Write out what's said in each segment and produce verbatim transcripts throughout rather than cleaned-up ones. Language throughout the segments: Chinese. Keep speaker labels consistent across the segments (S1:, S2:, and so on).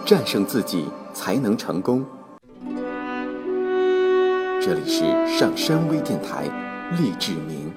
S1: 战胜自己才能成功。这里是上山微电台，励志明。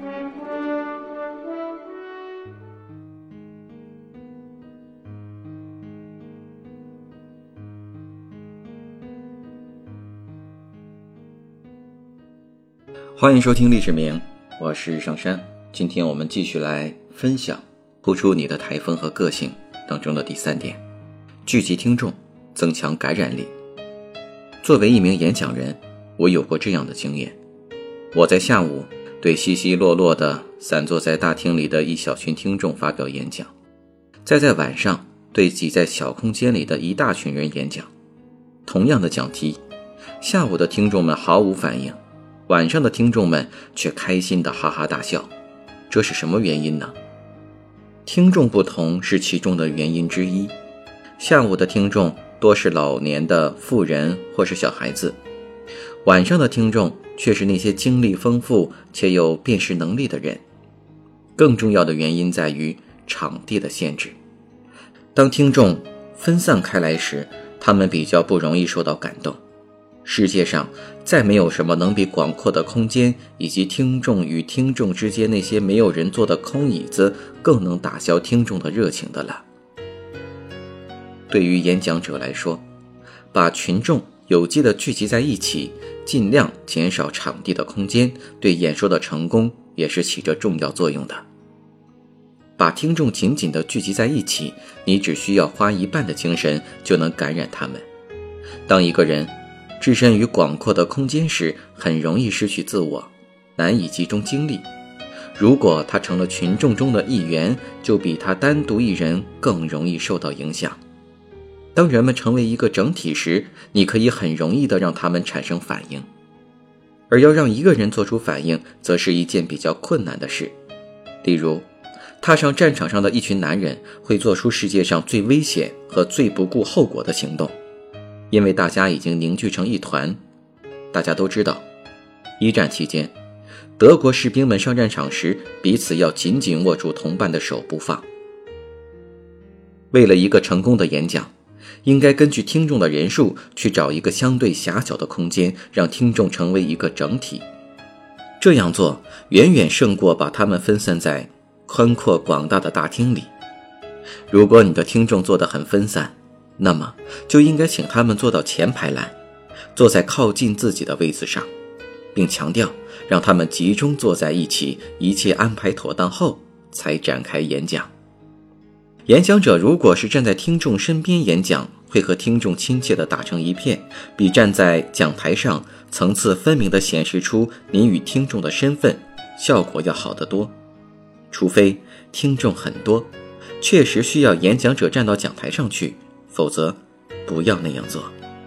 S2: 欢迎收听励志明，我是上山。今天我们继续来分享突出你的台风和个性当中的第三点，聚集听众，增强感染力。作为一名演讲人，我有过这样的经验。我在下午对稀稀落落的散坐在大厅里的一小群听众发表演讲，再在晚上对挤在小空间里的一大群人演讲。同样的讲题，下午的听众们毫无反应，晚上的听众们却开心的哈哈大笑。这是什么原因呢？听众不同是其中的原因之一。下午的听众多是老年的妇人或是小孩子，晚上的听众却是那些经历丰富且有辨识能力的人。更重要的原因在于场地的限制。当听众分散开来时，他们比较不容易受到感动。世界上再没有什么能比广阔的空间以及听众与听众之间那些没有人坐的空椅子更能打消听众的热情的了。对于演讲者来说，把群众有机地聚集在一起，尽量减少场地的空间，对演说的成功也是起着重要作用的。把听众紧紧地聚集在一起，你只需要花一半的精神就能感染他们。当一个人置身于广阔的空间时，很容易失去自我，难以集中精力。如果他成了群众中的一员，就比他单独一人更容易受到影响。当人们成为一个整体时，你可以很容易地让他们产生反应。而要让一个人做出反应，则是一件比较困难的事。例如，踏上战场上的一群男人会做出世界上最危险和最不顾后果的行动，因为大家已经凝聚成一团。大家都知道，一战期间，德国士兵们上战场时，彼此要紧紧握住同伴的手不放。为了一个成功的演讲，应该根据听众的人数去找一个相对狭小的空间，让听众成为一个整体。这样做远远胜过把他们分散在宽阔广大的大厅里。如果你的听众坐得很分散，那么就应该请他们坐到前排来，坐在靠近自己的位子上，并强调让他们集中坐在一起，一切安排妥当后才展开演讲。演讲者如果是站在听众身边演讲，会和听众亲切地打成一片，比站在讲台上层次分明地显示出你与听众的身份，效果要好得多。除非听众很多，确实需要演讲者站到讲台上去，否则不要那样做。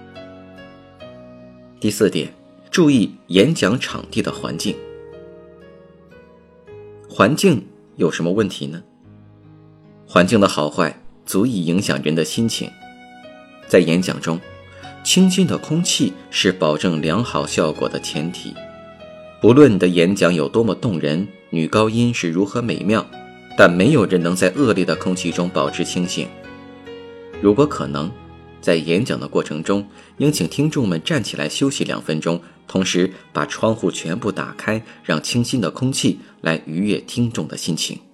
S2: 第四点，注意演讲场地的环境。环境有什么问题呢？环境的好坏足以影响人的心情。在演讲中，清新的空气是保证良好效果的前提。不论你的演讲有多么动人，女高音是如何美妙，但没有人能在恶劣的空气中保持清醒。如果可能，在演讲的过程中，应请听众们站起来休息两分钟，同时把窗户全部打开，让清新的空气来愉悦听众的心情。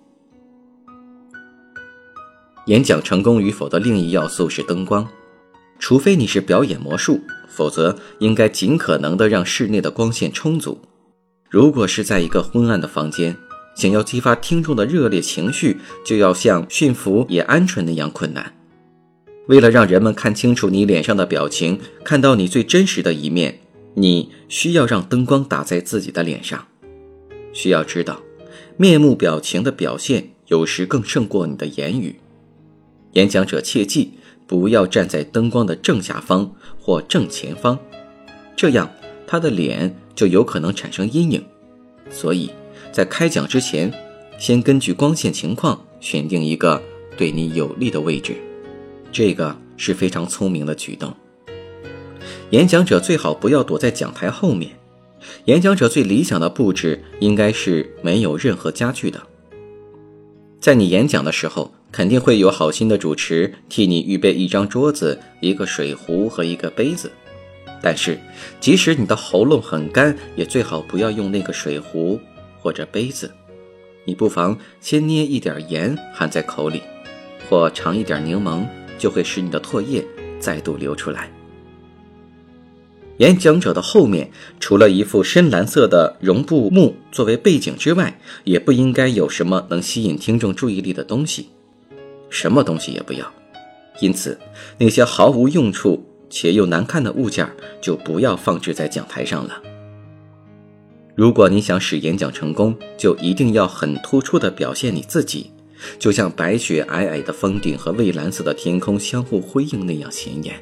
S2: 演讲成功与否的另一要素是灯光。除非你是表演魔术，否则应该尽可能地让室内的光线充足。如果是在一个昏暗的房间，想要激发听众的热烈情绪，就要像驯服野鹌鹑那样困难。为了让人们看清楚你脸上的表情，看到你最真实的一面，你需要让灯光打在自己的脸上。需要知道，面目表情的表现有时更胜过你的言语。演讲者切记不要站在灯光的正下方或正前方，这样他的脸就有可能产生阴影。所以在开讲之前，先根据光线情况选定一个对你有利的位置，这个是非常聪明的举动。演讲者最好不要躲在讲台后面，演讲者最理想的布置应该是没有任何家具的。在你演讲的时候， 肯定会有好心的主持替你预备一张桌子、一个水壶和一个杯子。但是即使你的喉咙很干，也最好不要用那个水壶或者杯子。你不妨先捏一点盐含在口里，或尝一点柠檬，就会使你的唾液再度流出来。演讲者的后面除了一副深蓝色的绒布幕作为背景之外，也不应该有什么能吸引听众注意力的东西，什么东西也不要。因此那些毫无用处且又难看的物件就不要放置在讲台上了。如果你想使演讲成功，就一定要很突出地表现你自己，就像白雪皑皑的峰顶和蔚蓝色的天空相互辉映那样显眼。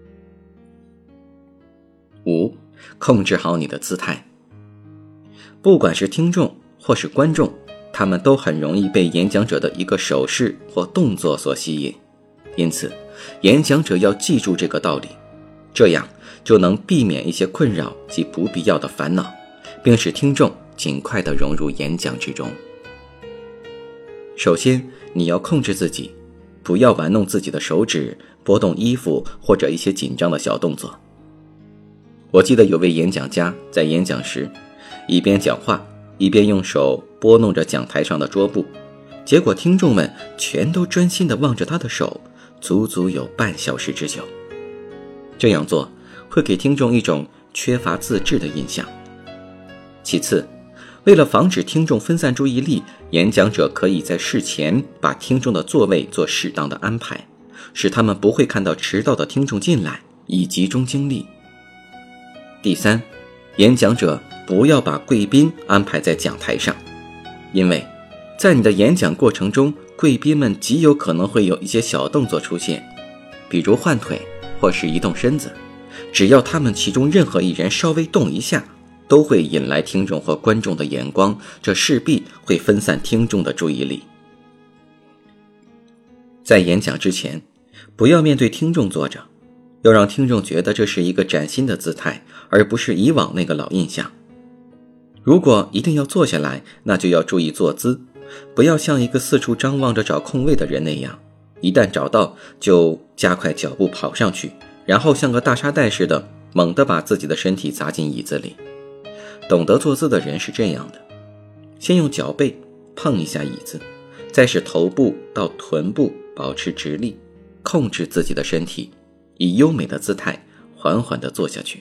S2: 五、控制好你的姿态。不管是听众或是观众，他们都很容易被演讲者的一个手势或动作所吸引，因此演讲者要记住这个道理，这样就能避免一些困扰及不必要的烦恼，并使听众尽快地融入演讲之中。首先，你要控制自己，不要玩弄自己的手指，拨动衣服或者一些紧张的小动作。我记得有位演讲家在演讲时，一边讲话，一边用手拨弄着讲台上的桌布，结果听众们全都专心地望着他的手，足足有半小时之久。这样做会给听众一种缺乏自制的印象。其次，为了防止听众分散注意力，演讲者可以在事前把听众的座位做适当的安排，使他们不会看到迟到的听众进来，以集中精力。第三，演讲者不要把贵宾安排在讲台上，因为在你的演讲过程中，贵宾们极有可能会有一些小动作出现，比如换腿或是移动身子，只要他们其中任何一人稍微动一下，都会引来听众或观众的眼光，这势必会分散听众的注意力。在演讲之前，不要面对听众坐着，要让听众觉得这是一个崭新的姿态，而不是以往那个老印象。如果一定要坐下来，那就要注意坐姿，不要像一个四处张望着找空位的人那样，一旦找到就加快脚步跑上去，然后像个大沙袋似的猛地把自己的身体砸进椅子里。懂得坐姿的人是这样的，先用脚背碰一下椅子，再使头部到臀部保持直立，控制自己的身体，以优美的姿态缓缓地坐下去。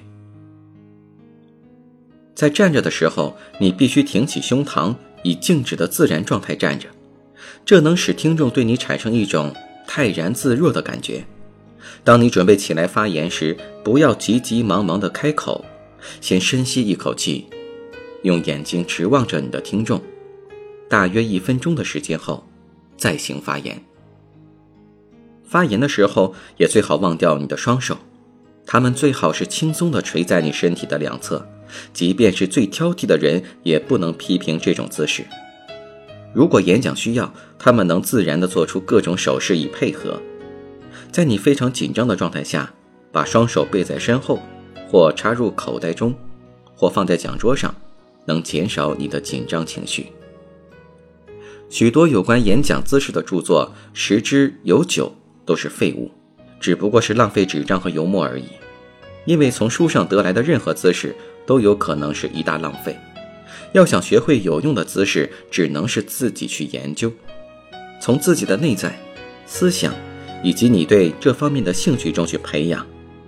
S2: 在站着的时候，你必须挺起胸膛，以静止的自然状态站着，这能使听众对你产生一种泰然自若的感觉。当你准备起来发言时，不要急急忙忙地开口，先深吸一口气，用眼睛直望着你的听众，大约一分钟的时间后再行发言。发言的时候也最好忘掉你的双手，它们最好是轻松地垂在你身体的两侧，即便是最挑剔的人也不能批评这种姿势。如果演讲需要，他们能自然地做出各种手势以配合。在你非常紧张的状态下，把双手背在身后，或插入口袋中，或放在讲桌上，能减少你的紧张情绪。许多有关演讲姿势的著作，十之有九都是废物，只不过是浪费纸张和油墨而已。因为从书上得来的任何姿势都有可能是一大浪费。要想学会有用的姿势，只能是自己去研究，从自己的内在、思想以及你对这方面的兴趣中去培养。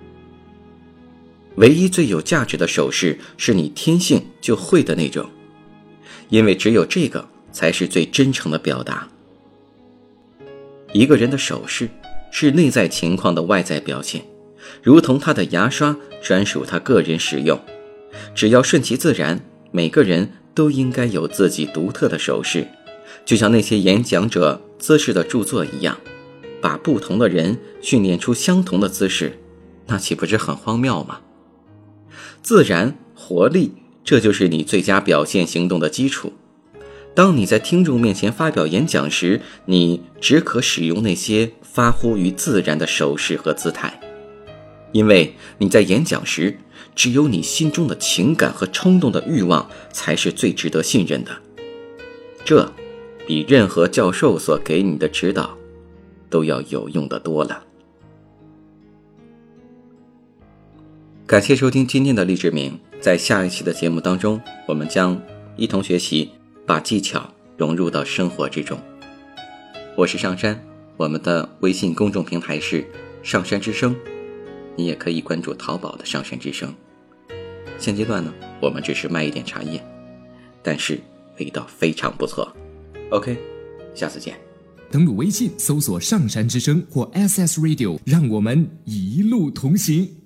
S2: 唯一最有价值的手势是你天性就会的那种，因为只有这个才是最真诚的表达。一个人的手势是内在情况的外在表现，如同他的牙刷专属他个人使用。只要顺其自然，每个人都应该有自己独特的手势，就像那些演讲者姿势的著作一样，把不同的人训练出相同的姿势，那岂不是很荒谬吗？自然、活力，这就是你最佳表现行动的基础。当你在听众面前发表演讲时，你只可使用那些发乎于自然的手势和姿态，因为你在演讲时，只有你心中的情感和冲动的欲望才是最值得信任的。这比任何教授所给你的指导都要有用的多了。感谢收听今天的励志明，在下一期的节目当中，我们将一同学习把技巧融入到生活之中。我是上山，我们的微信公众平台是上山之声，你也可以关注淘宝的上山之声。现阶段呢，我们只是卖一点茶叶，但是味道非常不错。 OK， 下次见。
S3: 登录微信搜索上山之声或 S S Radio， 让我们一路同行。